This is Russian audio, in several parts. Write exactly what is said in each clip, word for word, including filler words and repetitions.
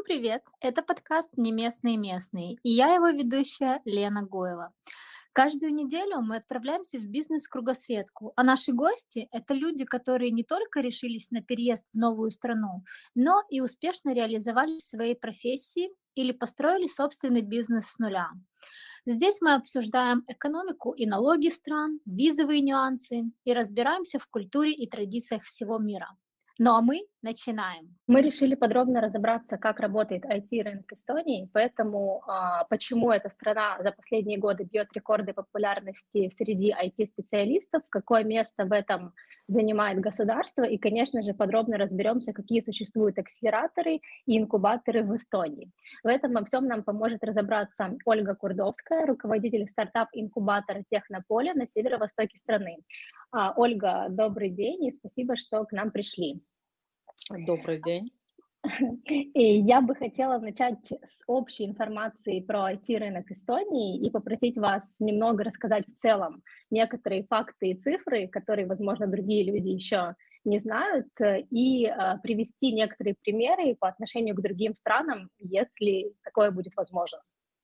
Всем привет! Это подкаст «Не местные местные» и я его ведущая Лена Гоева. Каждую неделю мы отправляемся в бизнес-кругосветку, а наши гости– это люди, которые не только решились на переезд в новую страну, но и успешно реализовали свои профессии или построили собственный бизнес с нуля. Здесь мы обсуждаем экономику и налоги стран, визовые нюансы и разбираемся в культуре и традициях всего мира. Ну а мы начинаем. Мы решили подробно разобраться, как работает I T-рынок Эстонии, поэтому а, почему эта страна за последние годы бьет рекорды популярности среди I T-специалистов, какое место в этом занимает государство, и, конечно же, подробно разберемся, какие существуют акселераторы и инкубаторы в Эстонии. В этом во всем нам поможет разобраться Ольга Курдовская, руководитель стартап-инкубатора Технополя на северо-востоке страны. А, Ольга, добрый день и спасибо, что к нам пришли. Добрый день. И я бы хотела начать с общей информации про I T-рынок Эстонии и попросить вас немного рассказать в целом некоторые факты и цифры, которые, возможно, другие люди еще не знают, и э, привести некоторые примеры по отношению к другим странам, если такое будет возможно.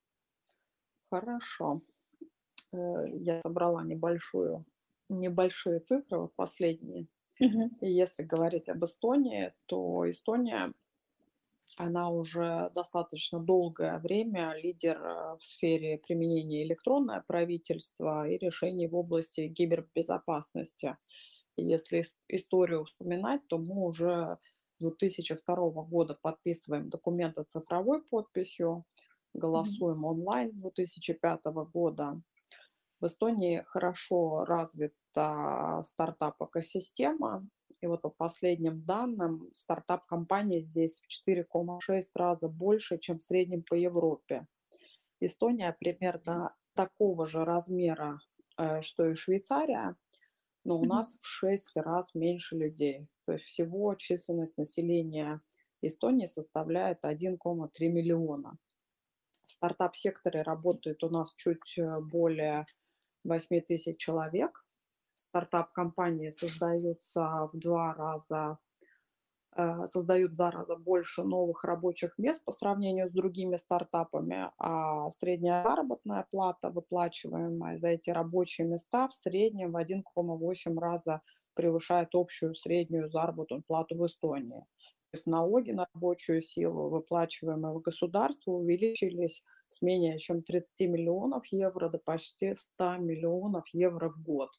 Хорошо. Э, Я собрала небольшую, небольшие цифры, вот последние. Мгм. И если говорить об Эстонии, то Эстония, она уже достаточно долгое время лидер э, в сфере применения электронного правительства и решений в области кибербезопасности. И если ис- историю вспоминать, то мы уже с две тысячи второго года подписываем документы цифровой подписью, Мгм. голосуем онлайн с две тысячи пятого года. В Эстонии хорошо развита стартап-экосистема. И вот по последним данным, стартап-компаний здесь в четыре целых шесть раза больше, чем в среднем по Европе. Эстония примерно такого же размера, э, что и Швейцария, но у Мгм. нас в шесть раз меньше людей. То есть всего численность населения Эстонии составляет один целых три миллиона. В стартап-секторе работает у нас чуть э, более восемь тысяч человек. Стартап-компании создаются в два раза, э, создают в два раза больше новых рабочих мест по сравнению с другими стартапами, а средняя заработная плата, выплачиваемая за эти рабочие места, в среднем в один целых восемь раза превышает общую среднюю заработную плату в Эстонии. То есть налоги на рабочую силу, выплачиваемые в государство, увеличились с менее чем тридцати миллионов евро до почти ста миллионов евро в год.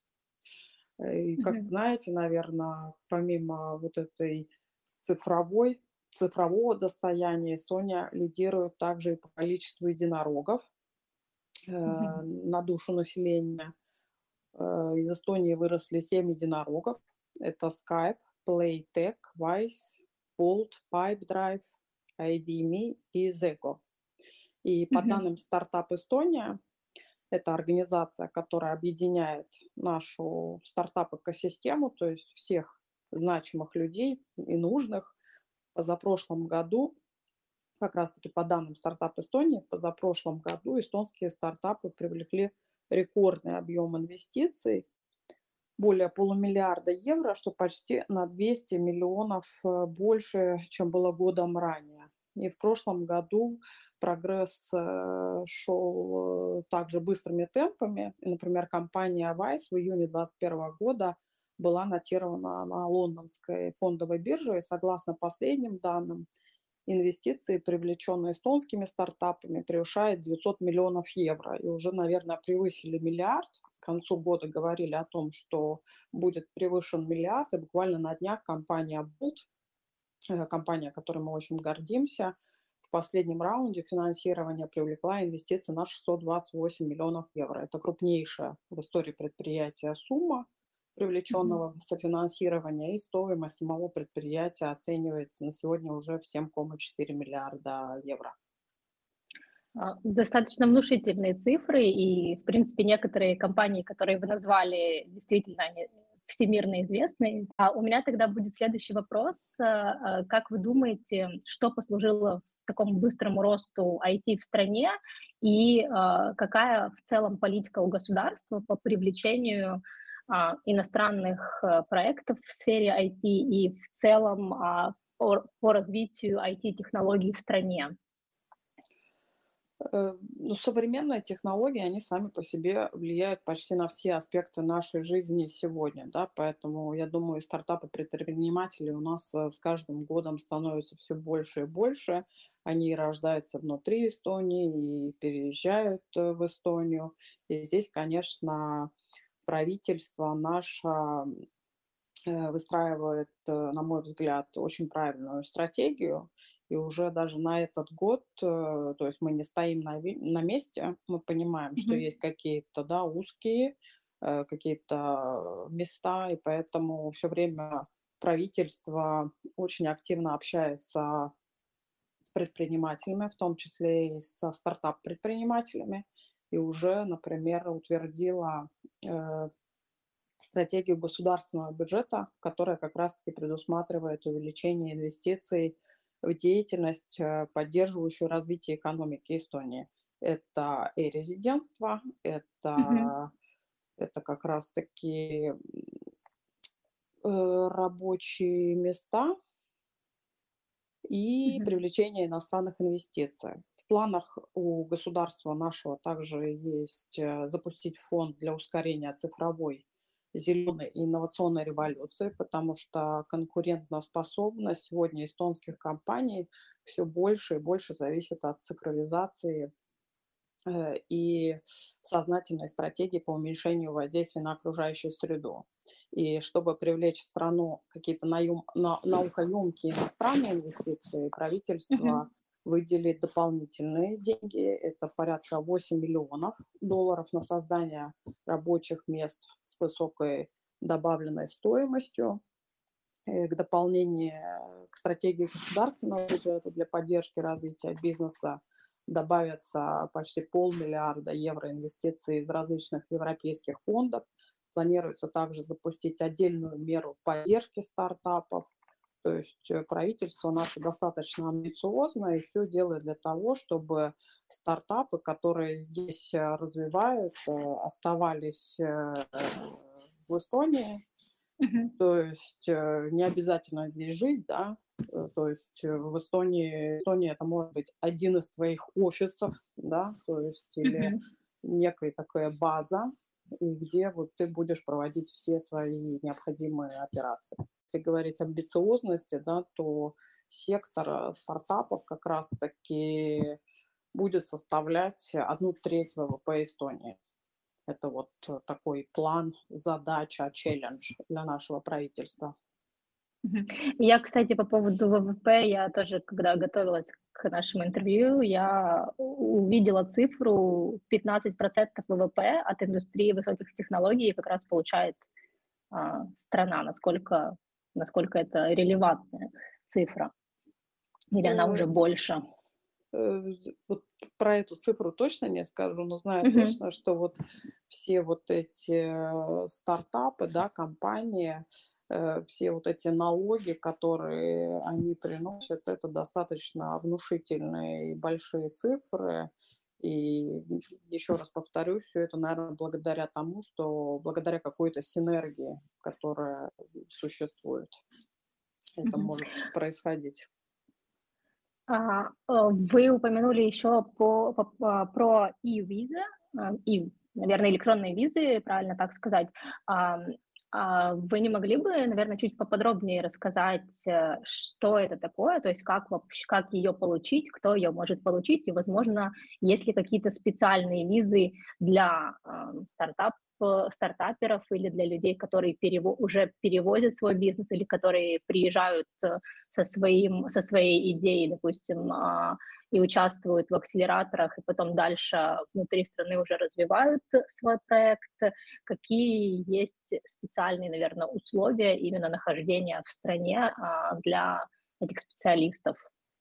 Э, И, как Мгм. знаете, наверное, помимо вот этой цифровой, цифрового достояния, Эстония лидирует также и по количеству единорогов э, Мгм. на душу населения. Э, Из Эстонии выросли семь единорогов. Это Skype, Playtech, Wise, Bolt, Pipedrive, ай ди эм и и Zego. И по Мгм. данным Стартап Эстония, это организация, которая объединяет нашу стартап-экосистему, то есть всех значимых людей и нужных. В позапрошлом году, как раз-таки по данным Стартап Эстонии, в позапрошлом году эстонские стартапы привлекли рекордный объем инвестиций, более полумиллиарда евро, что почти на двести миллионов э, больше, чем было годом ранее. И в прошлом году прогресс э, шел э, также быстрыми темпами. И, например, компания Vice в июне две тысячи двадцать первого года была нотирована на лондонской фондовой бирже, и согласно последним данным, инвестиции, привлеченные эстонскими стартапами, превышают девятьсот миллионов евро и уже, наверное, превысили миллиард. К концу года говорили о том, что будет превышен миллиард, и буквально на днях компания Bolt, э, компания, которой мы очень гордимся, в последнем раунде финансирования привлекла инвестиции на шестьсот двадцать восемь миллионов евро. Это крупнейшая в истории предприятия сумма Мгм. привлеченного софинансирования, и стоимость самого предприятия оценивается на сегодня уже в семь целых четыре миллиарда евро. А, Достаточно внушительные цифры, и, в принципе, некоторые компании, которые вы назвали, действительно они всемирно известные. А у меня тогда будет следующий вопрос. А, а, Как вы думаете, что послужило такому быстрому росту I T в стране, и а, какая в целом политика у государства по привлечению а, иностранных а, проектов в сфере I T и в целом а, по, по развитию ай ти-технологий в стране? Э, ну, современные технологии, они сами по себе влияют почти на все аспекты нашей жизни сегодня, да, поэтому я думаю, стартапы-предприниматели у нас э, с каждым годом становятся все больше и больше. Они рождаются внутри Эстонии и переезжают э, в Эстонию. И здесь, конечно, правительство наше э, выстраивает, э, на мой взгляд, очень правильную стратегию. И уже даже на этот год, э, то есть мы не стоим на, ви- на месте, мы понимаем, что Мгм. есть какие-то, да, узкие э, какие-то места, и поэтому все время правительство очень активно общается с предпринимателями, в том числе и со стартап-предпринимателями, и уже, например, утвердила э, стратегию государственного бюджета, которая как раз-таки предусматривает увеличение инвестиций в деятельность, э, поддерживающую развитие экономики Эстонии. Это и резидентство, Мгм. это, это как раз-таки э, рабочие места и Мгм. привлечение иностранных инвестиций. В планах у государства нашего также есть э, запустить фонд для ускорения цифровой зеленой и инновационной революции, потому что конкурентоспособность сегодня эстонских компаний все больше и больше зависит от цифровизации э, и сознательной стратегии по уменьшению воздействия на окружающую среду. И чтобы привлечь в страну какие-то наем, на, наукоемкие иностранные инвестиции, Мгм. правительство выделит дополнительные деньги. Это порядка восемь миллионов долларов на создание рабочих мест с высокой добавленной стоимостью, э, к дополнению к стратегии государственного бюджета для поддержки развития бизнеса добавятся почти полмиллиарда евро инвестиций из различных европейских фондов. Планируется также запустить отдельную меру поддержки стартапов. То есть э, правительство наше достаточно амбициозно и все делает для того, чтобы стартапы, которые здесь э, развивают, э, оставались э, в Эстонии, Мгм. то есть, э, не обязательно здесь жить, да. Э, то есть, э, в Эстонии Эстония- это может быть один из твоих офисов, да, то есть или Мгм. некая такая база, и где вот ты будешь проводить все свои необходимые операции. Если говорить амбициозности, да, то сектор, э, стартапов как раз таки будет составлять одну треть ВВП Эстонии. Это вот э, такой план, задача, челлендж для нашего правительства. Мгм. Я, кстати, по поводу вэ вэ пэ, я тоже, когда готовилась к нашему интервью, я у увидела цифру пятнадцать процентов вэ вэ пэ от индустрии высоких технологий как раз получает, а, страна. Насколько насколько это релевантная цифра или она Э, уже больше? э, вот про эту цифру точно не скажу, но знаю Мгм. точно, что вот все вот эти э, стартапы, да, компании, э, все вот эти налоги, которые они приносят, это достаточно внушительные и большие цифры. И еще раз повторюсь, все это, наверное, благодаря тому, что благодаря какой-то синергии, которая существует, это Мгм. может происходить. А, э, вы упомянули еще по по а, про e-визы, а, и, наверное, электронные визы, правильно так сказать. Ам, а вы не могли бы, наверное, чуть поподробнее рассказать, э, что это такое? То есть как вообще, как ее получить, кто ее может получить, и, возможно, есть ли какие-то специальные визы для, ам, стартап э, стартаперов или для людей, которые перево уже перевозят свой бизнес или которые приезжают, э, со, своим, со своей идеей, допустим, а, и участвуют в акселераторах, и потом дальше внутри страны уже развивают свой проект. Какие есть специальные, наверное, условия именно нахождения в стране а, для этих специалистов?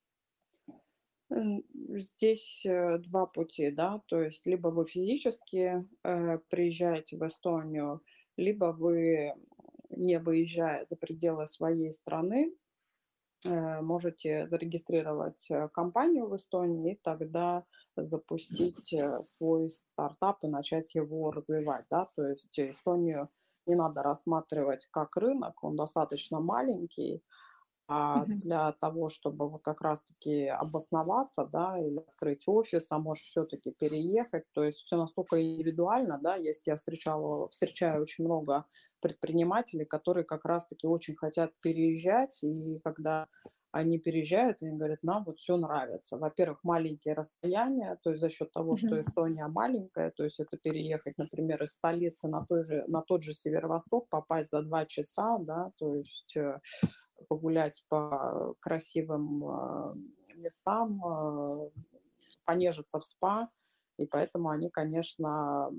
М, Здесь э, два пути, да, то есть либо вы физически э, приезжаете в Эстонию, либо вы, не выезжая за пределы своей страны, э, можете зарегистрировать э, компанию в Эстонии и тогда запустить э, свой стартап и начать его развивать, да, то есть Эстонию не надо рассматривать как рынок, он достаточно маленький, А Мгм. для того, чтобы вот как раз-таки обосноваться, да, или открыть офис, а может все-таки переехать, то есть все настолько индивидуально, да, есть я встречала, встречаю очень много предпринимателей, которые как раз-таки очень хотят переезжать, и когда они переезжают, они говорят, нам вот все нравится. Во-первых, маленькие расстояния, то есть за счет того, что Мгм. Эстония маленькая, то есть это переехать, например, из столицы на, той же, на тот же северо-восток, попасть за два часа, да, то есть э, погулять по красивым э, местам, э, понежиться в спа, и поэтому они, конечно,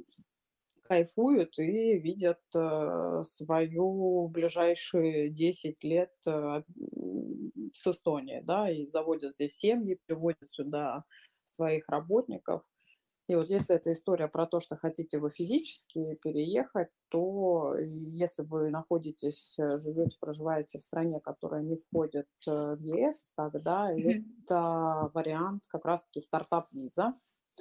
кайфуют и видят э, свою ближайшие десять лет э, м, с Эстонией, да, и заводят здесь семьи, приводят сюда своих работников. И вот если это история про то, что хотите вы физически переехать, то если вы находитесь, э, живете, проживаете в стране, которая не входит э, в ЕС, тогда Мгм. это вариант как раз-таки стартап-виза.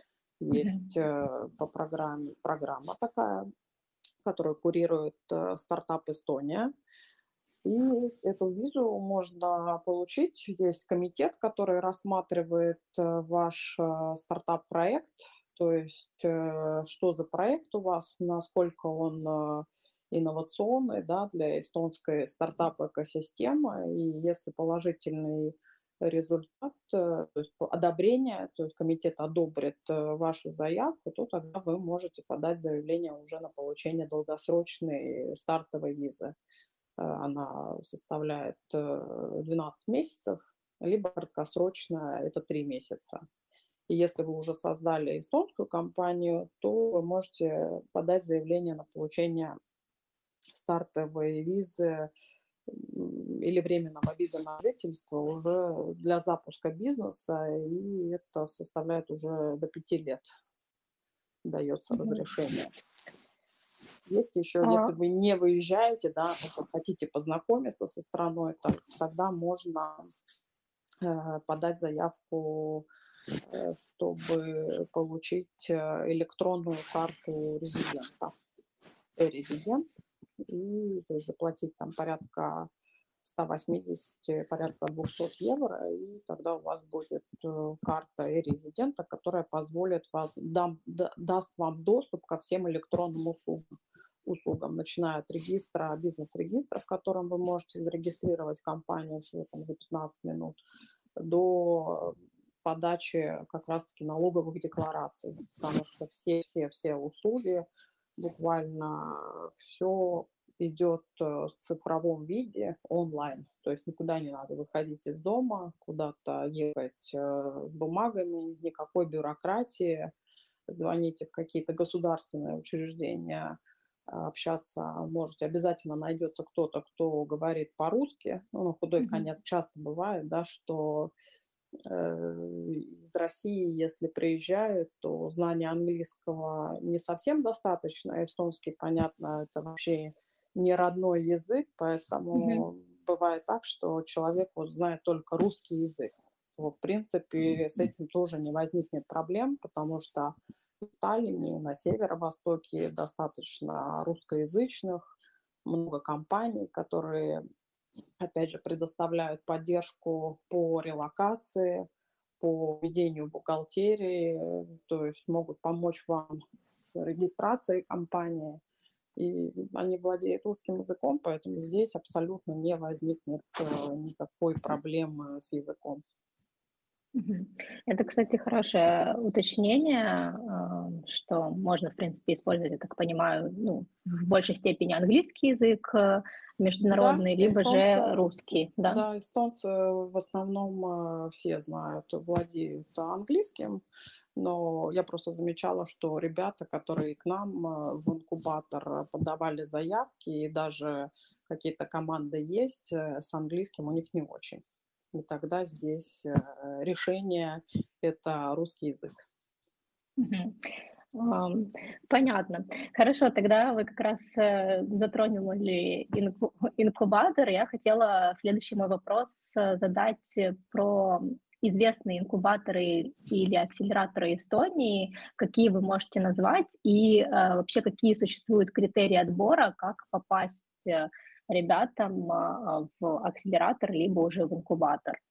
Есть Мгм. э, по программе программа такая, которую курирует э, стартап Эстония. И эту визу можно получить. Есть комитет, который рассматривает э, ваш э, стартап-проект, то есть э, что за проект у вас, насколько он э, инновационный, да, для эстонской стартап-экосистемы. И если положительный результат, э, то есть одобрение, то есть комитет одобрит э, вашу заявку, то тогда вы можете подать заявление уже на получение долгосрочной стартовой визы. Э, она составляет э, двенадцать месяцев, либо краткосрочная — это три месяца. И если вы уже создали эстонскую компанию, то вы можете подать заявление на получение стартовой визы м, или временного вида на жительство уже для запуска бизнеса, и это составляет уже до пяти лет дается Мгм. разрешение. Есть еще, если А, вы не выезжаете, да, только хотите познакомиться со страной, то тогда можно э, подать заявку, э, чтобы получить э, электронную карту резидента, э-резидент, и то есть заплатить там порядка сто восемьдесят, порядка двести евро, и тогда у вас будет э, карта э-резидента, которая позволит вас, дам, да- даст вам доступ ко всем электронным услугам услугам, начиная от регистра, бизнес-регистра, в котором вы можете зарегистрировать компанию всего там за пятнадцать минут, до подачи как раз-таки налоговых деклараций, потому что все-все-все услуги, буквально все идет э, в цифровом виде онлайн. То есть никуда не надо выходить из дома, куда-то ехать э, с бумагами, никакой бюрократии. Звоните в какие-то государственные учреждения, а, общаться можете. Обязательно найдется кто-то, кто говорит по-русски. Ну, на худой мгм. конец часто бывает, да, что э, из России, если приезжают, то знания английского не совсем достаточно. Эстонский, понятно, это вообще не родной язык, Мгм. поэтому бывает так, что человек вот знает только русский язык. То, в принципе, с этим тоже не возникнет проблем, потому что в Таллине, на северо-востоке достаточно русскоязычных, много компаний, которые, опять же, предоставляют поддержку по релокации, по ведению бухгалтерии, то есть могут помочь вам с регистрацией компании. И они владеют русским языком, поэтому здесь абсолютно не возникнет э, никакой проблемы с языком. Мгм. Это, кстати, хорошее уточнение, а, что можно, в принципе, использовать, я так понимаю, ну, в большей степени английский язык э, Да, международный, либо эстонцы, же русский, да? да, эстонцы в основном э, все знают, владеют английским, но я просто замечала, что ребята, которые к нам э, в инкубатор подавали заявки, и даже какие-то команды есть, э, с английским у них не очень. И тогда здесь э, решение — это русский язык. Мгм. Ам, понятно. Хорошо, тогда вы как раз, э, затронули инку инкубатор. Я хотела следующий мой вопрос, э, задать, э, про известные инкубаторы или акселераторы Эстонии. Какие вы можете назвать? И, э, вообще, какие существуют критерии отбора, как попасть, э, ребятам а, в акселератор, либо уже в инкубатор?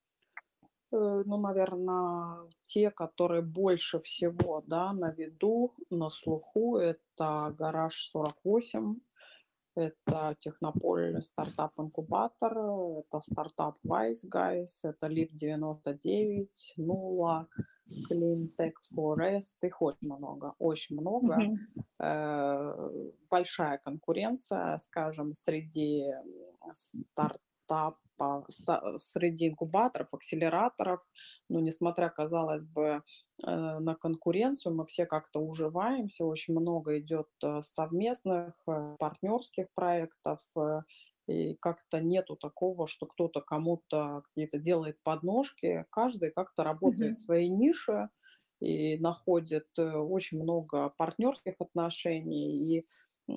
Э, ну, наверно, те, которые больше всего, да, на виду, на слуху- это "Гараж сорок восемь", это "Технополь" стартап-инкубатор, это стартап "Wise Guys", это "Лифт девяносто девять", "Nulla", "Clean Tech Forest". Их очень много, очень много. Мгм. Э, большая конкуренция, скажем, среди стартапа ста среди инкубаторов, акселераторов. Но несмотря, казалось бы, э, на конкуренцию, мы все как-то уживаемся. Очень много идет э, совместных, э, партнерских проектов. э, И как-то нету такого, что кто-то кому-то какие-то делает подножки. Каждый как-то работает в Мгм. своей нише и находит э, очень много партнерских отношений. И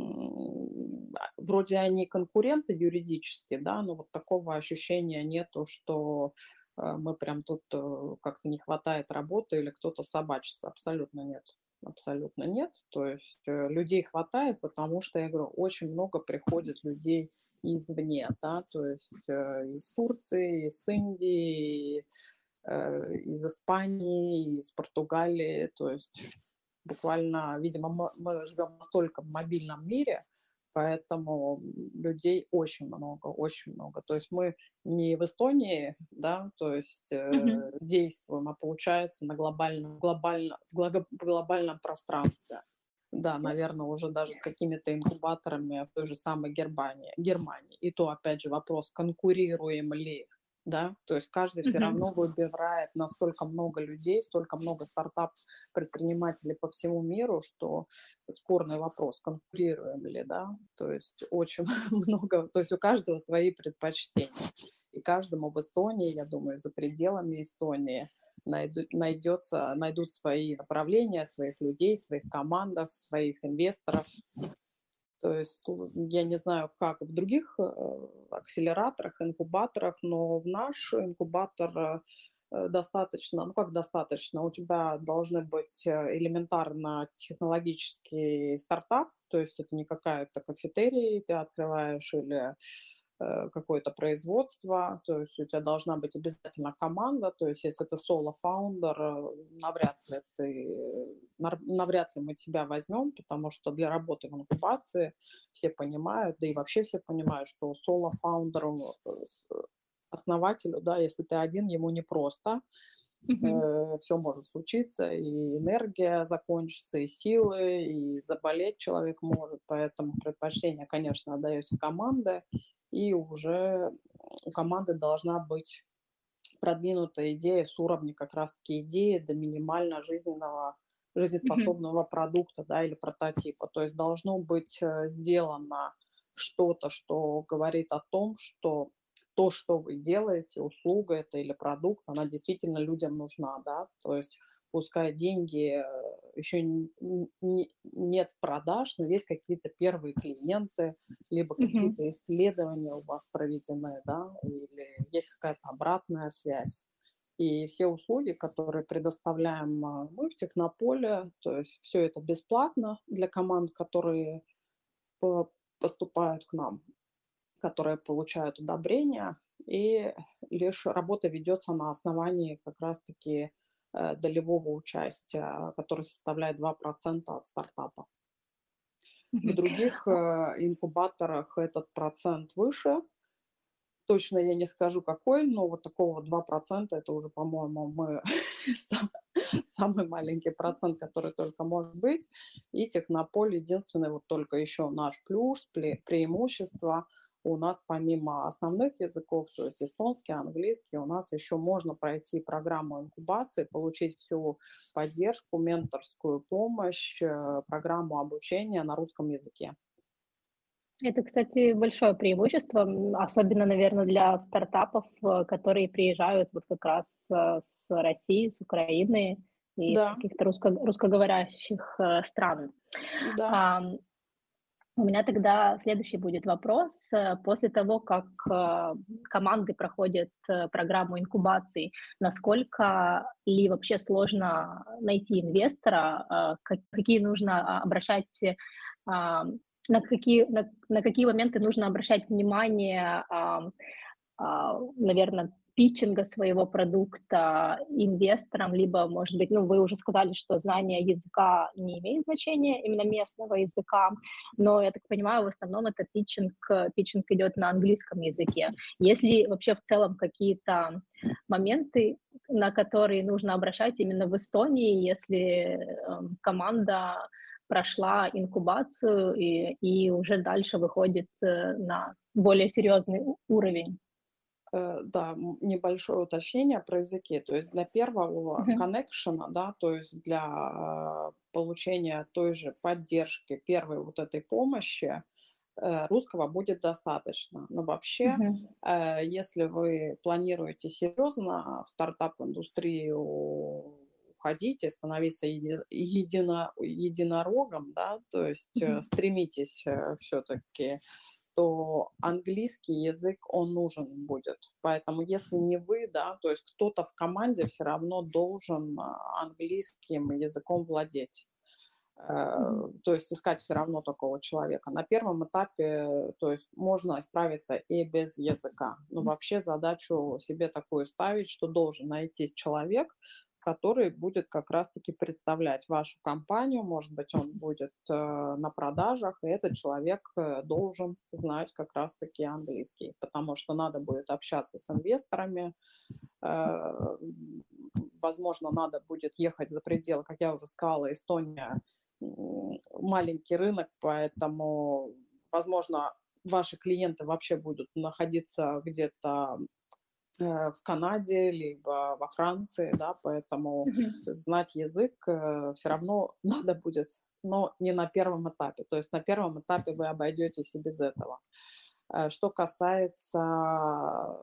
м, а, вроде они конкуренты юридически, да, но вот такого ощущения нету, что э, мы прям тут э, как-то не хватает работы или кто-то собачится. Абсолютно нет. Абсолютно нет. То есть э, людей хватает, потому что, я говорю, очень много приходит людей извне, да, то есть э, из Турции, из Индии, э, из Испании, из Португалии. То есть буквально, видимо, мы, мы живем настолько в мобильном мире, поэтому людей очень много, очень много. То есть мы не в Эстонии, да, то есть Мгм. э, действуем, а получается на глобальном, глобально, в глого- в глобальном пространстве. Да, наверное, уже даже с какими-то инкубаторами в той же самой Германии. Германии. И то, опять же, вопрос, конкурируем ли, да, то есть каждый все Мгм. равно выбирает настолько много людей, столько много стартап-предпринимателей по всему миру, что спорный вопрос, конкурируем ли, да, то есть очень много, то есть у каждого свои предпочтения. И каждому в Эстонии, я думаю, за пределами Эстонии найду- найдется, найдут свои направления, своих людей, своих командах, своих инвесторов. То есть л- я не знаю, как в других э, акселераторах, инкубаторах, но в наш инкубатор э, э, достаточно, ну как достаточно, у тебя должны быть э, элементарно технологический стартап, то есть это не какая-то кафетерия ты открываешь или э, какое-то производство, то есть у тебя должна быть обязательно команда, то есть если ты соло-фаундер, э, навряд ли ты, нар- навряд ли мы тебя возьмем, потому что для работы в инкубации все понимают, да и вообще все понимают, что соло-фаундеру, э, с- э, основателю, да, если ты один, ему непросто, Мгм. все может случиться, и энергия закончится, и силы, и заболеть человек может, поэтому предпочтение, конечно, отдается команде, и уже у команды должна быть продвинутая идея с уровня как раз-таки идеи до минимально жизненного, Мгм. жизнеспособного продукта, да, или прототипа. То есть должно быть э, сделано что-то, что говорит о том, что то, что вы делаете, услуга это или продукт, она действительно людям нужна, да, то есть пускай деньги э, еще не, не- нет продаж, но есть какие-то первые клиенты, либо Мгм. какие-то исследования у вас проведены, да, или есть какая-то обратная связь. И все услуги, которые предоставляем а, мы в Технополе, то есть все это бесплатно для команд, которые по- поступают к нам, которые получают одобрение, и лишь работа ведется на основании как раз-таки э, долевого участия, которое составляет два процента от стартапа. В Мгм. других э, А, инкубаторах этот процент выше. Точно я не скажу какой, но вот такого два процента это уже, по-моему, мы сам- самый маленький процент, который только может быть. И Технополь единственный, вот только еще наш плюс, пле- преимущество. У нас помимо основных языков, то есть эстонский, английский, у нас еще можно пройти программу инкубации, получить всю поддержку, менторскую помощь, э, программу обучения на русском языке. Это, кстати, большое преимущество, м, особенно, наверное, для стартапов, э, которые приезжают вот как раз э, с России, с Украины и из Да, каких-то русско русскоговорящих э, стран. да. Ам, У меня тогда следующий будет вопрос. Э, После того, как э, команды проходят э, программу инкубации, насколько ли вообще сложно найти инвестора, э, ка- какие нужно а, обращать на какие, на, на какие моменты нужно обращать внимание, а, а, наверное, питчинга своего продукта инвесторам, либо, может быть, ну, вы уже сказали, что знание языка не имеет значения, именно местного языка, но, я так понимаю, в основном это питчинг, э, питчинг идет на английском языке. Есть ли вообще в целом какие-то моменты, на которые нужно обращать именно в Эстонии, если э, команда прошла инкубацию и, и уже дальше выходит э, на более серьезный у- уровень? Э, Да, м, небольшое уточнение про языки. То есть для первого Мгм. коннекшена, да, то есть для э, получения той же поддержки, первой вот этой помощи, э, русского будет достаточно. Но вообще, Мгм. э, если вы планируете серьезно в стартап-индустрию уходить и становиться еди- едино- единорогом, да, то есть э, Мгм. стремитесь все-таки, то английский язык, он нужен будет. Поэтому если не вы, да, то есть кто-то в команде все равно должен а, английским языком владеть. Мгм. Э, То есть искать все равно такого человека. На первом этапе, то есть можно справиться и без языка. Но вообще задачу себе такую ставить, что должен найтись человек, который будет как раз-таки представлять вашу компанию. Может быть, он будет э, на продажах, и этот человек э, должен знать как раз-таки английский, потому что надо будет общаться с инвесторами, э, возможно, надо будет ехать за пределы, как я уже сказала, Эстония м, маленький рынок, поэтому, возможно, ваши клиенты вообще будут находиться где-то э, в Канаде, либо во Франции, да, поэтому Мгм. знать язык все равно надо будет, но не на первом этапе. То есть на первом этапе вы обойдетесь и без этого. Э, Что касается,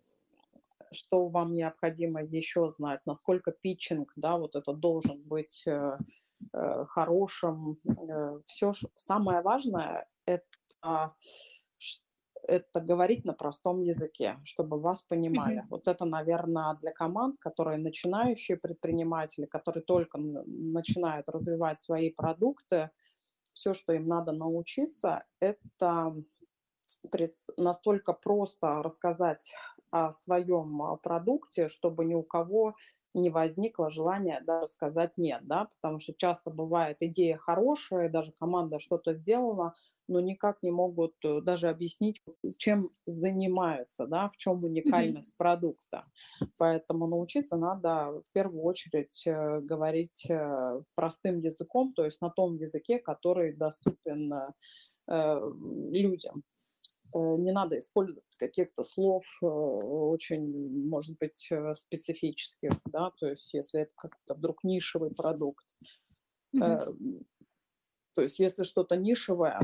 что вам необходимо еще знать, насколько питчинг, да, вот это должен быть э, э, хорошим. Э, все самое важное это ш- это говорить на простом языке, чтобы вас понимали. Мгм. Вот это, наверное, для команд, которые начинающие предприниматели, которые только н- начинают развивать свои продукты, все, что им надо научиться, это прес- настолько просто рассказать о своем а, продукте, чтобы ни у кого не возникло желания даже сказать нет, да, потому что часто бывает идея хорошая, даже команда что-то сделала, но никак не могут э, даже объяснить, чем занимаются, да, в чем Мгм. уникальность продукта. Поэтому научиться надо в первую очередь э, говорить э, простым языком, то есть на том языке, который доступен э, э, людям. Э, не надо использовать каких-то слов э, очень, может быть, э, специфических, да, то есть если это как-то вдруг нишевый продукт. Мгм. Э, То есть если что-то нишевое,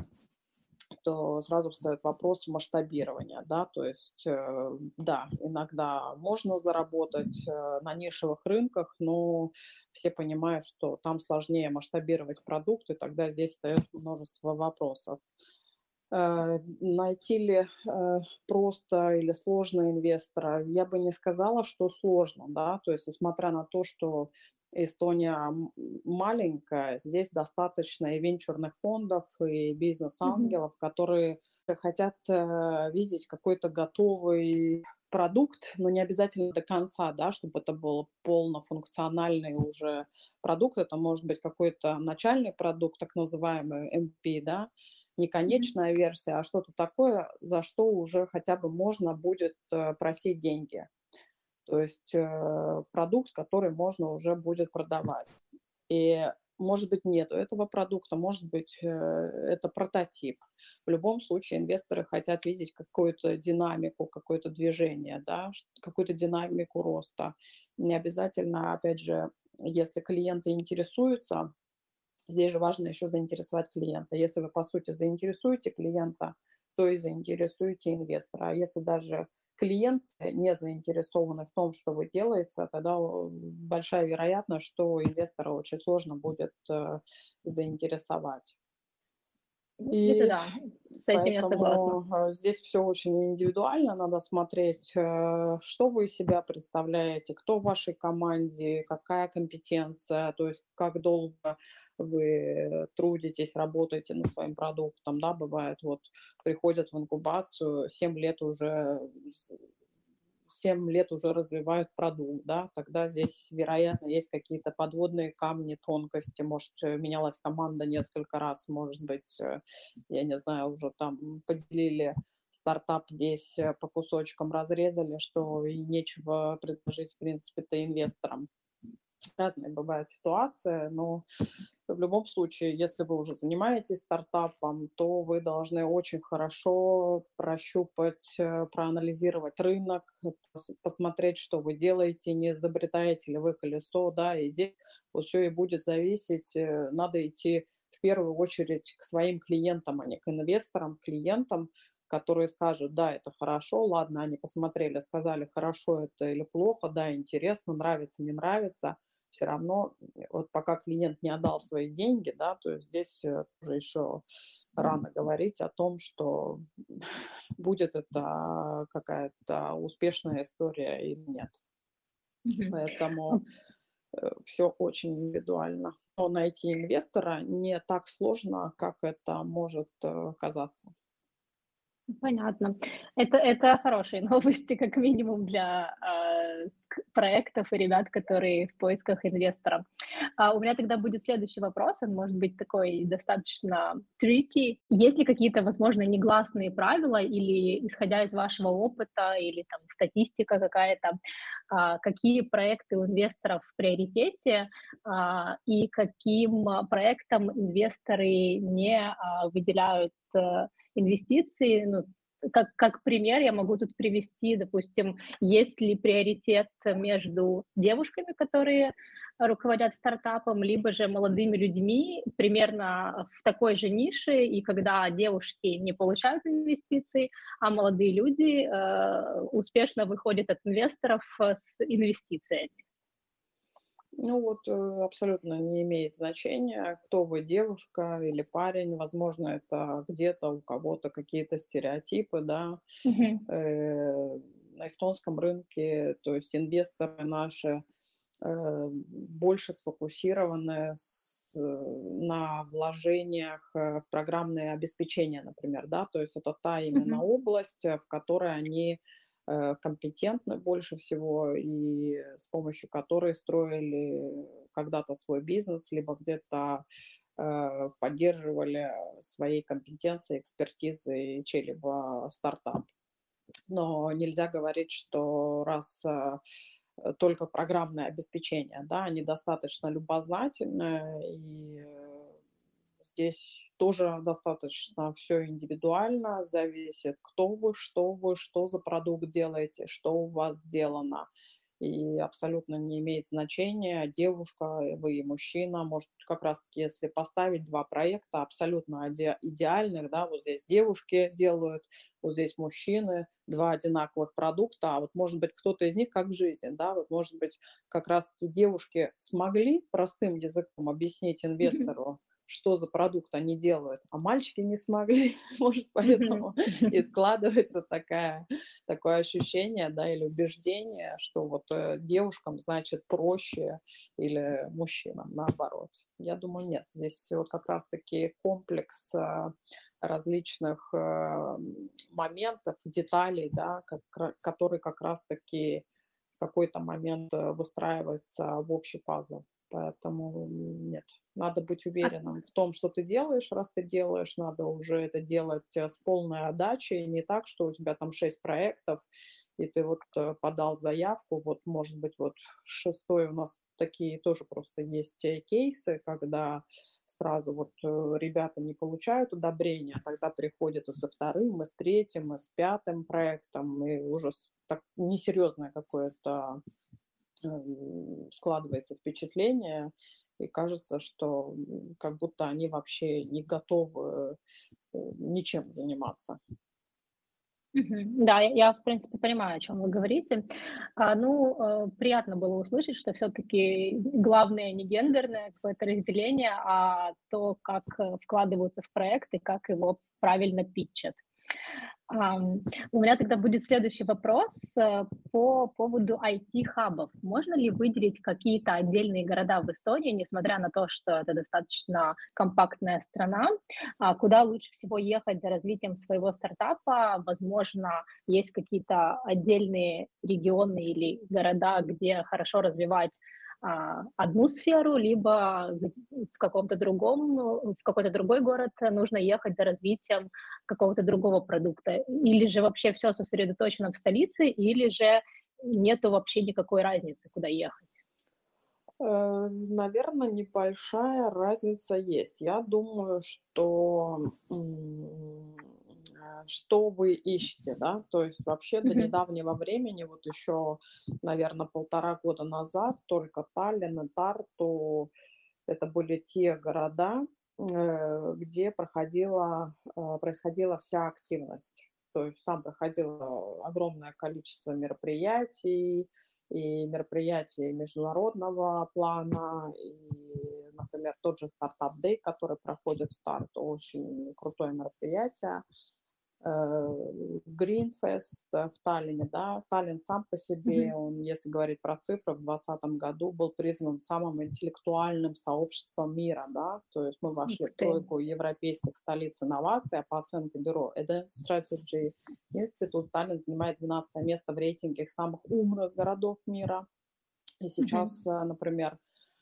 то сразу встает вопрос масштабирования, да, то есть, э, да, иногда можно заработать э, на нишевых рынках, но все понимают, что там сложнее масштабировать продукт, и тогда здесь встает множество вопросов. Э, найти ли э, просто или сложно инвестора? Я бы не сказала, что сложно, да, то есть несмотря на то, что Эстония м- маленькая, здесь достаточно и венчурных фондов, и Мгм. бизнес-ангелов, которые хотят э, видеть какой-то готовый продукт, но не обязательно до конца, да, чтобы это был полнофункциональный уже продукт. Это может быть какой-то начальный продукт, так называемый эм пи, да, не Мгм. конечная версия, а что-то такое, за что уже хотя бы можно будет э, просить деньги. То есть э, продукт, который можно уже будет продавать. И может быть нету этого продукта, может быть э, это прототип. В любом случае инвесторы хотят видеть какую-то динамику, какое-то движение, да, ш- какую-то динамику роста. Не обязательно, опять же, если клиенты интересуются, здесь же важно еще заинтересовать клиента. Если вы, по сути, заинтересуете клиента, то и заинтересуете инвестора. А если даже клиент не заинтересован в том, что вы делаете, тогда э, большая вероятность, что инвестора очень сложно будет э, заинтересовать. Ну, это И да. с этим я согласна. Поэтому э, здесь все очень индивидуально, надо смотреть, э, что вы из себя представляете, кто в вашей команде, какая компетенция, то есть как долго вы трудитесь, работаете над своим продуктом, да, бывает, вот приходят в инкубацию, семь лет уже семь лет уже развивают продукт, да, тогда здесь, вероятно, есть какие-то подводные камни, тонкости, может, э, менялась команда несколько раз, может быть, э, я не знаю, уже там поделили стартап весь э, по кусочкам, разрезали, что и нечего предложить, в принципе-то, инвесторам. Разные бывают ситуации, но в любом случае, если вы уже занимаетесь стартапом, то вы должны очень хорошо прощупать, э, проанализировать рынок, пос- посмотреть, что вы делаете, не изобретаете ли вы колесо, да, и здесь вот все и будет зависеть. э, Надо идти в первую очередь к своим клиентам, а не к инвесторам, клиентам, которые скажут, да, это хорошо, ладно, они посмотрели, сказали, хорошо это или плохо, да, интересно, нравится, не нравится, все равно, вот пока клиент не отдал свои деньги, да, то есть здесь э, уже еще рано говорить о том, что будет это какая-то успешная история или нет. Мгм. Поэтому все очень индивидуально. Но найти инвестора не так сложно, как это может э, казаться. Понятно. Это это хорошие новости, как минимум, для, а, к проектов и ребят, которые в поисках инвестора. А, у меня тогда будет следующий вопрос, он может быть такой достаточно tricky. Есть ли какие-то, возможно, негласные правила или, исходя из вашего опыта, или там статистика какая-то, а, какие проекты у инвесторов в приоритете, а, и каким, а, проектам инвесторы не, а, выделяют, э, инвестиции? Ну, как как пример я могу тут привести, допустим, есть ли приоритет между девушками, которые руководят стартапом, либо же молодыми людьми примерно в такой же нише, и когда девушки не получают инвестиций, а молодые люди э, успешно выходят от инвесторов э, с инвестициями. Ну вот э, абсолютно не имеет значения, кто вы, девушка или парень. Возможно, это где-то у кого-то какие-то стереотипы, да. Мгм. Э, На эстонском рынке, то есть инвесторы наши э, больше сфокусированы с- э, на вложениях э, в программное обеспечение, например, да, то есть это та именно Мгм. область, э, в которой они э, компетентны больше всего и с помощью которой строили когда-то свой бизнес, либо где-то э, поддерживали своей компетенцией, экспертизой чей-либо стартап. Но нельзя говорить, что раз э, э, только программное обеспечение, да, они достаточно любознательны, и э, здесь тоже достаточно все индивидуально, зависит, кто вы, что вы, что за продукт делаете, что у вас сделано. И абсолютно не имеет значения, девушка вы и мужчина. Может, как раз-таки, если поставить два проекта абсолютно иде- идеальных, да, вот здесь девушки делают, вот здесь мужчины, два одинаковых продукта, а вот может быть кто-то из них как в жизни, да, вот может быть как раз-таки девушки смогли простым языком объяснить Мгм. инвестору, что за продукт они делают, а мальчики не смогли, может, Мгм. поэтому и складывается такая, такое ощущение, да, или убеждение, что вот э, девушкам значит проще или мужчинам наоборот. Я думаю, нет, здесь вот как раз-таки комплекс э, различных э, моментов, деталей, да, как, которые как раз-таки в какой-то момент э, выстраивается в общий пазл. Поэтому нет, надо быть А, уверенным в том, что ты делаешь. Раз ты делаешь, надо уже это делать э, с полной отдачей. Не так, что у тебя там шесть проектов, и ты вот э, подал заявку. Вот, может быть, вот шестой у нас такие тоже просто есть э, кейсы, когда сразу вот э, ребята не получают одобрения, тогда приходят и со вторым, и с третьим, и с пятым проектом, и уже с- так несерьезное какое-то м, складывается впечатление, и кажется, что м, как будто они вообще не готовы э, ничем заниматься. Мгм. Да, я, я, в принципе, понимаю, о чем вы говорите. А, ну, э, приятно было услышать, что все-таки главное не гендерное какое-то разделение, а то, как э, вкладываются в проект и как его правильно питчат. Ам, у меня тогда будет следующий вопрос э, по поводу I T-хабов. Можно ли выделить какие-то отдельные города в Эстонии, несмотря на то, что это достаточно компактная страна, а, куда лучше всего ехать за развитием своего стартапа? Возможно, есть какие-то отдельные регионы или города, где хорошо развивать а, одну сферу, либо в каком-то другом, в какой-то другой город нужно ехать за развитием какого-то другого продукта? Или же вообще все сосредоточено в столице, или же нету вообще никакой разницы, куда ехать? Наверное, небольшая разница есть. Я думаю, что м, э, что вы ищете, да, то есть вообще до Мгм. недавнего времени, вот еще, наверное, полтора года назад, только Таллин и Тарту — это были те города, э, где проходила, э, происходила вся активность. То есть там проходило огромное количество мероприятий, и мероприятий международного плана, и, например, тот же Startup Day, который проходит в Старт, очень крутое мероприятие. Greenfest в Таллине, да, Таллин сам по себе, Мгм. он, если говорить про цифры, в двадцатом году был признан самым интеллектуальным сообществом мира, да, то есть мы Ух вошли в ты. тройку европейских столиц инноваций, а по оценке бюро Eden Strategy Institute Таллин занимает двенадцатое место в рейтинге самых умных городов мира. И сейчас, Мгм. э, например,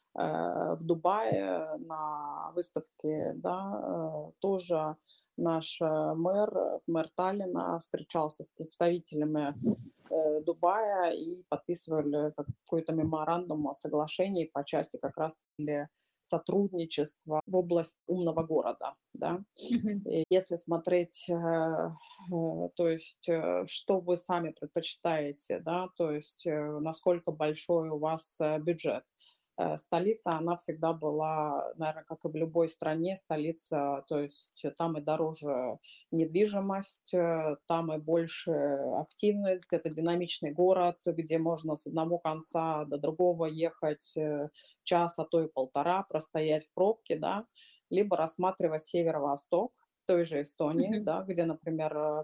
э, в Дубае на выставке, да, э, тоже наш э, мэр, э, мэр Таллина встречался с представителями э, Дубая и подписывали какой-то меморандум о соглашении по части как раз для сотрудничества в область умного города, да. Мгм. И если смотреть, э, э, то есть, э, что вы сами предпочитаете, да, то есть, э, насколько большой у вас э, бюджет. Э, Столица, она всегда была, наверное, как и в любой стране, столица, то есть э, там и дороже недвижимость, э, там и больше активность, это динамичный город, где можно с одного конца до другого ехать э, час, а то и полтора, простоять в пробке, да, либо рассматривать северо-восток той же Эстонии, Мгм. да, где, например, э,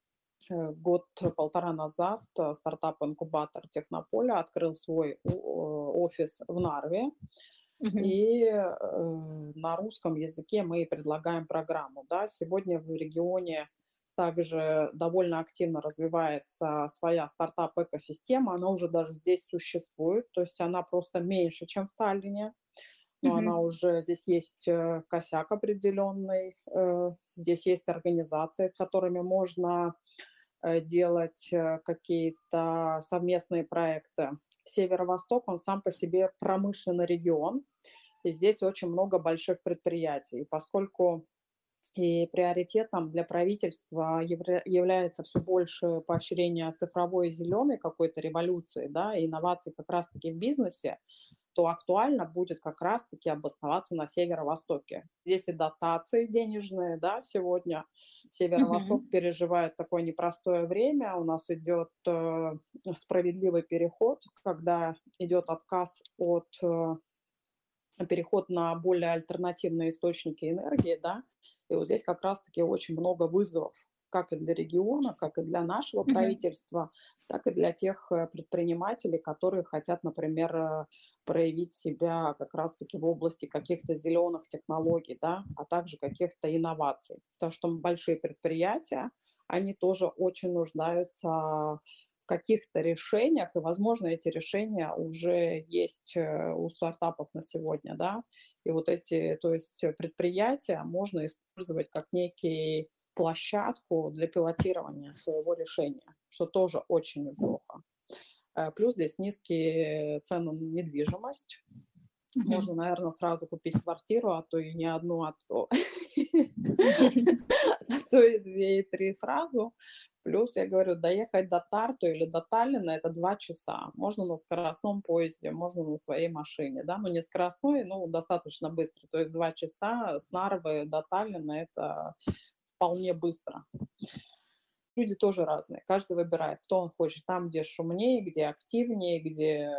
э, год-полтора назад э, стартап-инкубатор Технополя открыл свой о- офис в Нарве, Мгм. и э, на русском языке мы и предлагаем программу. Да. Сегодня в регионе также довольно активно развивается своя стартап-экосистема, она уже даже здесь существует, то есть она просто меньше, чем в Таллине, но она Мгм. уже, здесь есть э, косяк определенный, э, здесь есть организации, с которыми можно э, делать э, какие-то совместные проекты. Северо-Восток, он сам по себе промышленный регион, и здесь очень много больших предприятий. И поскольку и приоритетом для правительства явля- является все больше поощрение цифровой и зеленой какой-то революции, да, и инноваций как раз-таки в бизнесе, то актуально будет как раз-таки обосноваться на северо-востоке. Здесь и дотации денежные, да, сегодня северо-восток Мгм. переживает такое непростое время, у нас идет э, справедливый переход, когда идет отказ от э, переход на более альтернативные источники энергии, да, и вот здесь как раз-таки очень много вызовов, как и для региона, как и для нашего Мгм. правительства, так и для тех э, предпринимателей, которые хотят, например, э, проявить себя как раз-таки в области каких-то зеленых технологий, да, а также каких-то инноваций. Потому что большие предприятия, они тоже очень нуждаются в каких-то решениях, и, возможно, эти решения уже есть э, у стартапов на сегодня, да, и вот эти, то есть э, предприятия можно использовать как некий площадку для пилотирования своего решения, что тоже очень неплохо. Э, Плюс здесь низкие цены на недвижимость. Мгм. Можно, наверное, сразу купить квартиру, а то и не одну, а то, а то и две, и три сразу. Плюс, я говорю, доехать до Тарту или до Таллина — это два часа. Можно на скоростном поезде, можно на своей машине, да, но не скоростной, ну, достаточно быстро. То есть два часа с Нарвы до Таллина — это вполне быстро. люди тоже разные, каждый выбирает, кто он хочет, там, где шумнее, где активнее, где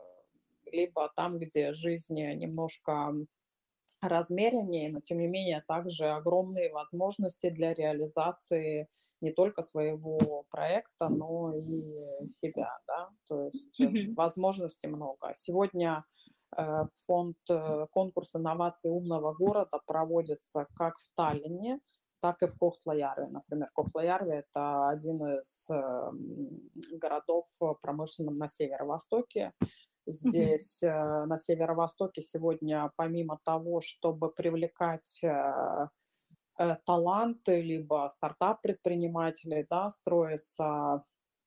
либо там, где жизнь немножко размереннее, но тем не менее также огромные возможности для реализации не только своего проекта, но и себя, да, то есть Мгм. возможностей много. Сегодня э, фонд э, конкурс инноваций умного города проводится как в Таллине, так и в Кохтла-Ярве. Например, Кохтла-Ярве — это один из э, городов промышленных на северо-востоке. Здесь, э, на северо-востоке, сегодня, помимо того, чтобы привлекать э, э, таланты, либо стартап-предпринимателей, да, строится,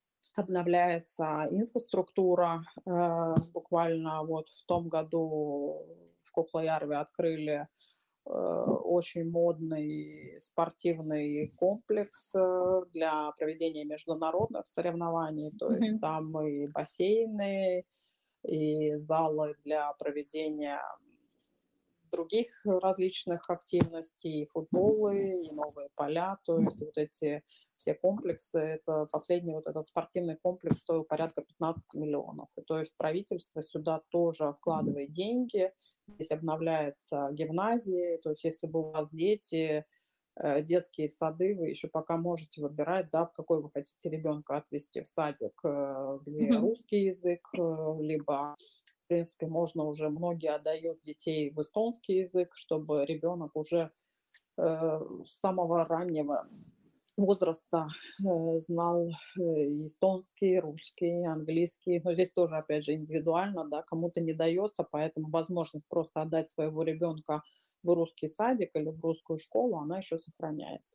обновляется инфраструктура. Э, буквально вот в том году в Кохтла-Ярве открыли э, очень модный спортивный комплекс э, для проведения международных соревнований. То есть Мгм. там и бассейны, и залы для проведения других различных активностей, и футболы, и новые поля. То есть вот эти все комплексы, это последний вот этот спортивный комплекс стоил порядка пятнадцать миллионов. И то есть правительство сюда тоже вкладывает деньги, здесь обновляется гимназии, то есть если бы у вас дети, э, детские сады, вы еще пока можете выбирать, да, в какой вы хотите ребенка отвести, в садик, э, где Мгм. русский язык, э, либо, в принципе, можно уже, многие отдают детей в эстонский язык, чтобы ребенок уже э, с самого раннего возраста э, знал э, эстонский, русский, английский. Но здесь тоже, опять же, индивидуально, да, кому-то не дается, поэтому возможность просто отдать своего ребенка в русский садик или в русскую школу, она еще сохраняется.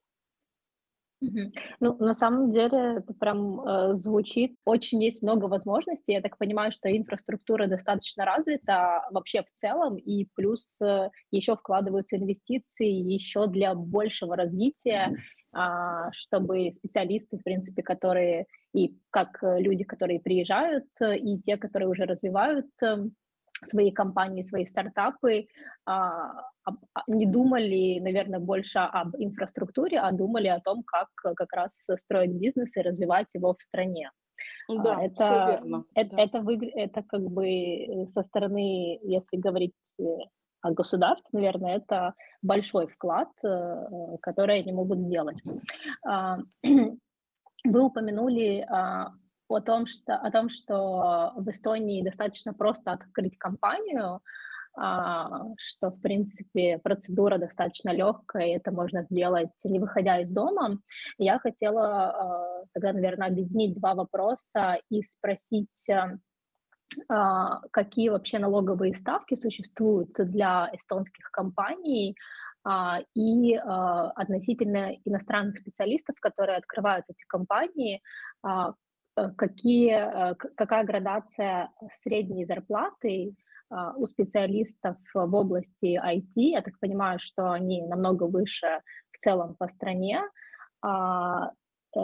Мгм. Ну, на самом деле это прям, э, звучит очень есть много возможностей. Я так понимаю, что инфраструктура достаточно развита вообще в целом, и плюс, э, еще вкладываются инвестиции еще для большего развития, а, чтобы специалисты, в принципе, которые и как, э, люди, которые приезжают, э, и те, которые уже развивают, эм, свои компании, свои стартапы, а, об а, не думали, наверное, больше об инфраструктуре, а думали о том, как э, как раз строить бизнес и развивать его в стране. А, Да, все это верно, эт да. это выгля это как бы, э, со стороны, если говорить, э, о государстве, наверное, это большой вклад, э, э, который они могут делать. А, Вы упомянули, а, о том, что о том, что в Эстонии достаточно просто открыть компанию, а, что, в принципе, процедура достаточно легкая, и это можно сделать, не выходя из дома. Я хотела, а, тогда, наверное, объединить два вопроса и спросить, а, а, какие вообще налоговые ставки существуют для эстонских компаний, а, и, а, относительно иностранных специалистов, которые открывают эти компании, а, э, какие, э, к какая градация средней зарплаты, а, у специалистов в области I T? Я так понимаю, что они намного выше в целом по стране. А, э,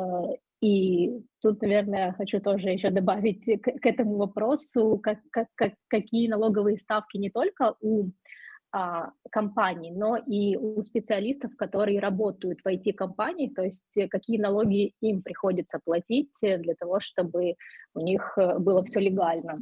и тут, наверное, хочу тоже еще добавить к, к этому вопросу, как, как, как, какие налоговые ставки не только у а, компаний, но и у специалистов, которые работают в I T-компании, то есть э, какие налоги им приходится платить э, для того, чтобы у них э, было все легально.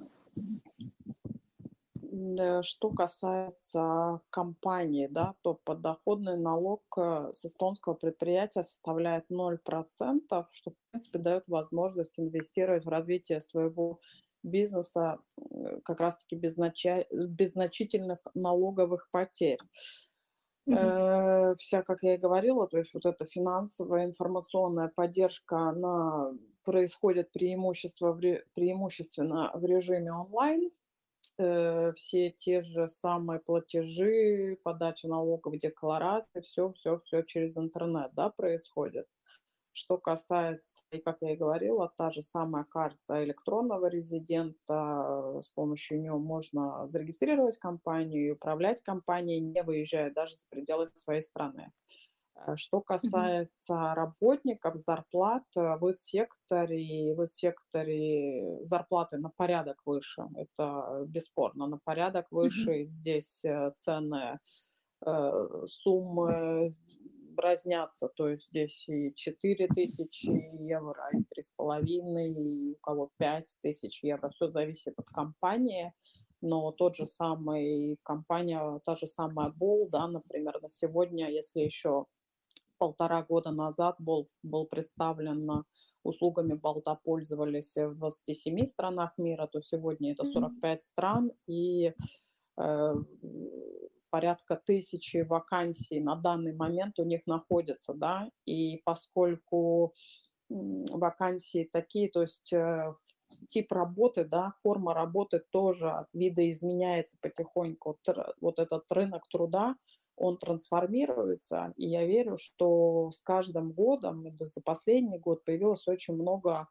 М, Что касается компании, да, то подоходный налог э, с эстонского предприятия составляет ноль процентов, что, в принципе, дает возможность инвестировать в развитие своего бизнеса э, как раз-таки без, нача- без значительных налоговых потерь. Мгм. Э, Вся, как я и говорила, то есть вот эта финансовая информационная поддержка, она происходит преимущество в ре- преимущественно в режиме онлайн. Э, все те же самые платежи, подача налоговой декларации, все, все, все через интернет, да, происходит. Что касается, и как я и говорила, та же самая карта электронного резидента, э, с помощью нее можно зарегистрировать компанию и управлять компанией, не выезжая даже за пределы своей страны. Э, Что Мгм. касается работников, зарплат э, в секторе, в секторе зарплаты на порядок выше, это бесспорно, на порядок Мгм. выше. Здесь э, цены, э, суммы разнятся, то есть здесь и четыре тысячи евро, и три с половиной, и у кого пять тысяч евро, все зависит от компании, но тот же самый компания, та же самая Ball, да, например, на сегодня, если еще полтора года назад был, был представлен на- услугами Болта, пользовались в двадцати семи странах мира, то сегодня это сорок пять стран и э, порядка тысячи вакансий на данный момент у них находится, да, и поскольку м, вакансии такие, то есть э, тип работы, да, форма работы тоже видоизменяется потихоньку. Тр- Вот этот рынок труда, он трансформируется, и я верю, что с каждым годом, и да за последний год появилось очень много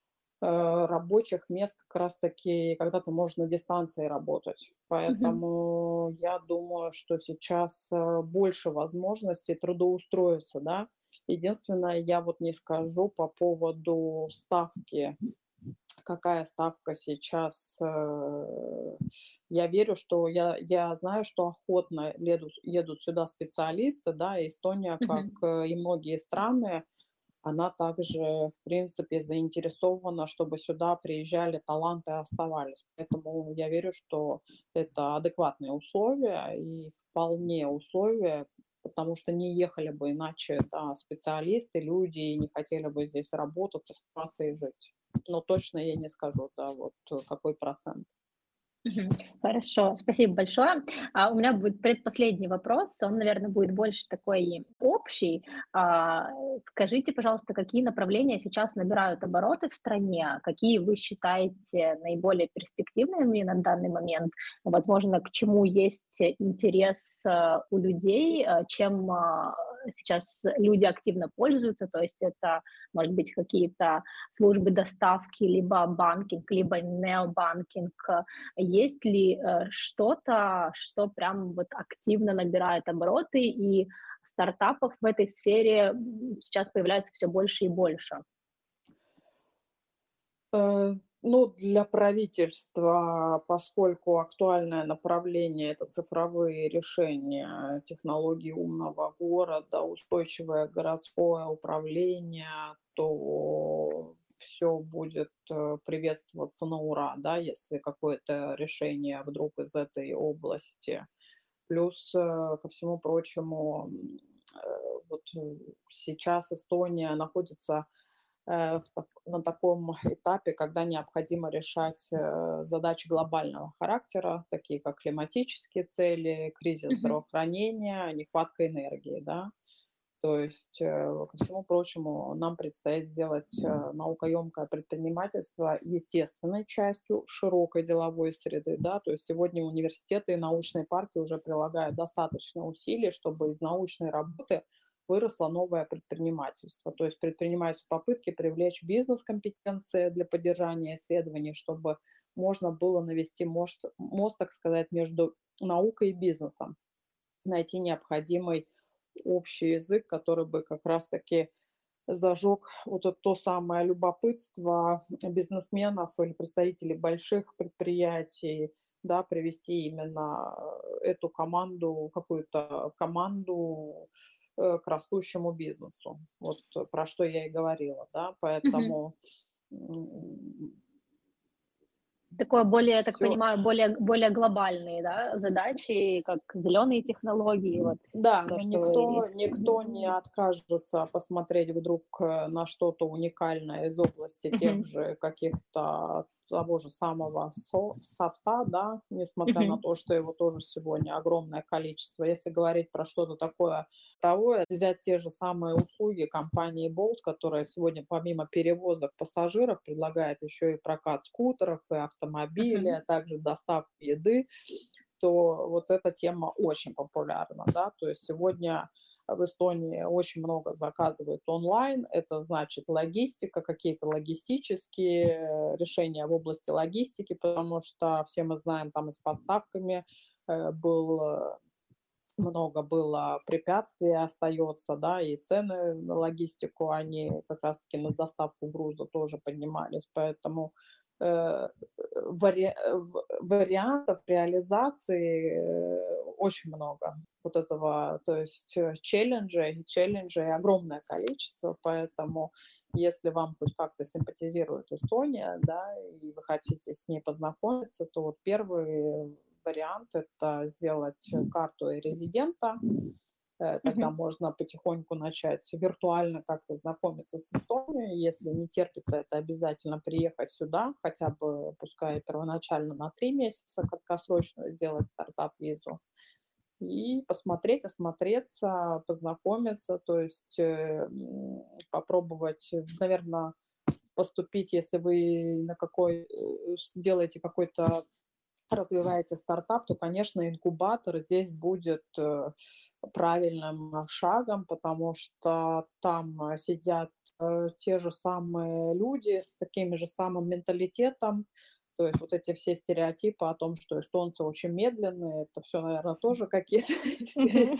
э, рабочих мест как раз-таки, когда ты можешь на дистанции работать. Мгм. Поэтому я думаю, что сейчас э, больше возможностей трудоустроиться, да. Единственное, я вот не скажу по поводу ставки, какая ставка сейчас. э, Я верю, что я, я знаю, что охотно едут, едут сюда специалисты, да, и Эстония, как Мгм. э, и многие страны, она также, в принципе, заинтересована, чтобы сюда приезжали таланты и оставались. Поэтому я верю, что это адекватные условия и вполне условия, потому что не ехали бы иначе, да, специалисты, люди, и не хотели бы здесь работать, оставаться и жить. Но точно я не скажу, да, вот э, какой процент. Мгм. Хорошо, спасибо большое. А у меня будет предпоследний вопрос, он, наверное, будет больше такой общий. А, скажите, пожалуйста, какие направления сейчас набирают обороты в стране? Какие вы считаете наиболее перспективными на данный момент? Возможно, к чему есть интерес а, у людей, а, чем а, сейчас люди активно пользуются? То есть это, может быть, какие-то службы доставки, либо банкинг, либо необанкинг. Есть ли, э, что-то, что прям вот активно набирает обороты, и стартапов в этой сфере, м, сейчас появляется все больше и больше? Э, ну, для правительства, поскольку актуальное направление — это цифровые решения, технологии умного города, устойчивое городское управление, то все будет э, приветствоваться на ура, да, если какое-то решение вдруг из этой области. Плюс, э, ко всему прочему, м, э, вот э, сейчас Эстония находится э, в так- на таком этапе, когда необходимо решать э, задачи глобального характера, такие как климатические цели, кризис Мгм. здравоохранения, нехватка энергии, да. То есть, э, ко всему прочему, нам предстоит сделать э, наукоемкое предпринимательство естественной частью широкой деловой среды, да. То есть сегодня университеты и научные парки уже прилагают достаточно усилий, чтобы из научной работы выросло новое предпринимательство. То есть предпринимаются попытки привлечь бизнес-компетенции для поддержания исследований, чтобы можно было навести мост, мост, так сказать, между наукой и бизнесом, найти необходимый общий язык, который бы как раз-таки зажег вот это то самое любопытство бизнесменов или представителей больших предприятий, да, привести именно э, эту команду, какую-то команду э, к растущему бизнесу. Вот э, про что я и говорила, да, Мгм. поэтому Такое более, я так все. понимаю, более более глобальные, да, задачи, как зеленые технологии, вот Да, то, но что вы. никто, никто не Мгм. откажется посмотреть вдруг э, на что-то уникальное из области тех Мгм. же каких-то того же самого со- софта, да, несмотря на Мгм. то, что его тоже сегодня огромное количество. Если говорить про что-то такое второе, взять те же самые услуги компании Bolt, которая сегодня помимо перевозок пассажиров предлагает еще и прокат скутеров и автомобилей, Мгм. а также доставку еды, то вот эта тема очень популярна, да, то есть сегодня в Эстонии очень много заказывают онлайн, это значит логистика, какие-то логистические решения в области логистики, потому что все мы знаем, там и с поставками э, был э, много было препятствий, остается, да, и цены на логистику, они как раз-таки на доставку груза тоже поднимались, поэтому э, вари- в- вариантов реализации э, очень много вот этого, то есть э, челленджей, челленджей огромное количество, поэтому если вам хоть как-то симпатизирует Эстония, да, и вы хотите с ней познакомиться, то вот первый вариант — это сделать карту резидента. Э, Тогда Мгм. можно потихоньку начать виртуально как-то знакомиться с Эстонией. Если не терпится, это обязательно приехать сюда, хотя бы, пускай первоначально на три месяца краткосрочную, сделать стартап-визу и посмотреть, осмотреться, познакомиться, то есть э, м, попробовать, наверное, поступить, если вы на какой э, делаете какой-то развиваете стартап, то, конечно, инкубатор здесь будет э, правильным шагом, потому что там э, сидят э, те же самые люди с таким же самым менталитетом. То есть вот эти все стереотипы о том, что эстонцы очень медленные, это все, наверное, тоже какие-то Мгм.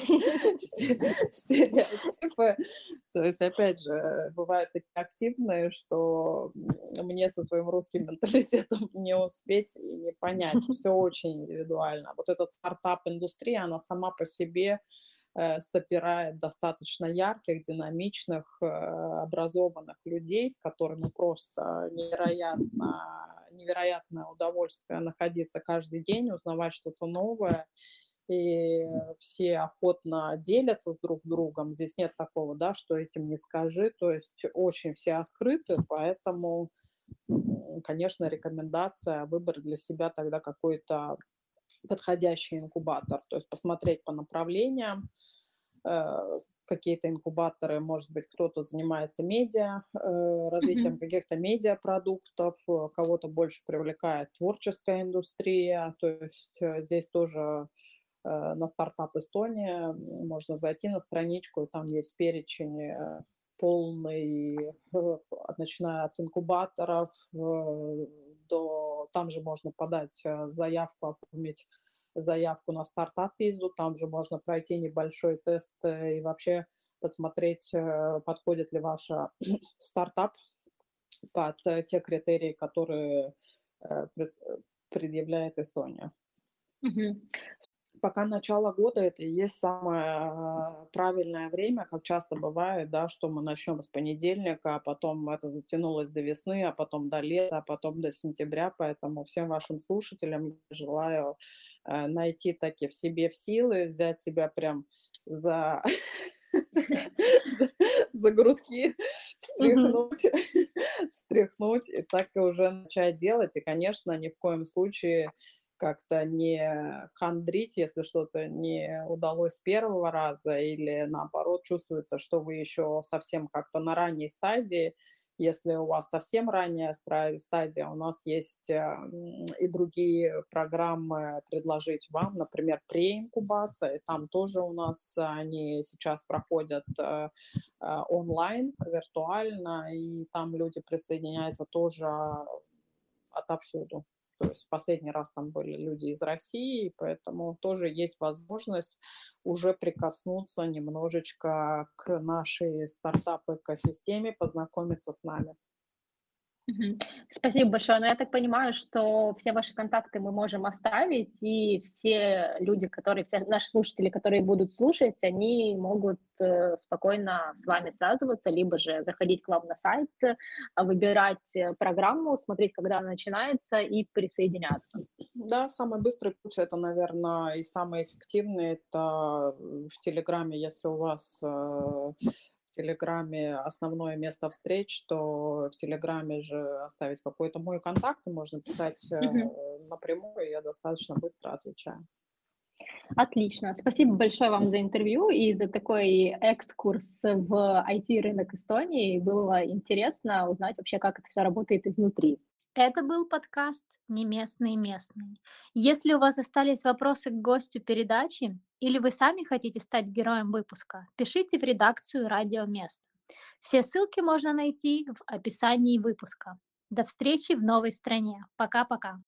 стереотипы. То есть, опять же, бывают такие активные, что м, мне со своим русским менталитетом не успеть и не понять. Все очень индивидуально. Вот эта стартап-индустрия, она сама по себе э, собирает достаточно ярких, динамичных, э, образованных людей, с которыми просто невероятно, невероятное удовольствие находиться каждый день, узнавать что-то новое. И все охотно делятся с друг другом. Здесь нет такого, да, что этим не скажи. То есть очень все открыты, поэтому, м, конечно, рекомендация выбрать для себя тогда какой-то подходящий инкубатор. То есть посмотреть по направлениям. Э, Какие-то инкубаторы, может быть, кто-то занимается медиа, э, развитием Мгм. каких-то медиапродуктов, э, кого-то больше привлекает творческая индустрия. То есть э, здесь тоже э, на стартап Эстония можно зайти на страничку, и там есть перечень э, полный, э, начиная от инкубаторов э, до... Там же можно подать э, заявку, оформить заявку на стартап-визу, там же можно пройти небольшой тест э, и вообще посмотреть, э, подходит ли ваш стартап под э, те критерии, которые э, прес- э, предъявляет Эстония. Мгм. Пока начало года — это и есть самое э, правильное время, как часто бывает, да, что мы начнем с понедельника, а потом это затянулось до весны, а потом до лета, а потом до сентября. Поэтому всем вашим слушателям желаю э, найти таки в себе в силы, взять себя прям за, за, за грудки, Мгм. встряхнуть, встряхнуть и так и уже начать делать. И, конечно, ни в коем случае как-то не хандрить, если что-то не удалось с первого раза, или наоборот чувствуется, что вы еще совсем как-то на ранней стадии. Если у вас совсем ранняя стра- стадия, у нас есть э, м, и другие программы предложить вам, например, преинкубация, и там тоже у нас они сейчас проходят э, э, онлайн, виртуально, и там люди присоединяются тоже отовсюду. То есть в последний раз там были люди из России, поэтому тоже есть возможность уже прикоснуться немножечко к нашей стартап-экосистеме, познакомиться с нами. Мгм. Спасибо большое. Но я так понимаю, что все ваши контакты мы можем оставить, и все люди, которые, все наши слушатели, которые будут слушать, они могут э, спокойно с вами связываться, либо же заходить к вам на сайт, э, выбирать э, программу, смотреть, когда она начинается, и присоединяться. Да, самый быстрый путь, это, наверное, и самый эффективный, это в Телеграме, если у вас э, в Телеграме основное место встреч, то в Телеграме же оставить какой-то мой контакт, и можно писать э, Мгм. напрямую, и я достаточно быстро отвечаю. Отлично. Спасибо большое вам за интервью и за такой экскурс в ай ти-рынок Эстонии. Было интересно узнать вообще, как это все работает изнутри. Это был подкаст «Не местные местные». Если у вас остались вопросы к гостю передачи или вы сами хотите стать героем выпуска, пишите в редакцию «Радио Место». Все ссылки можно найти в описании выпуска. До встречи в новой стране. Пока-пока.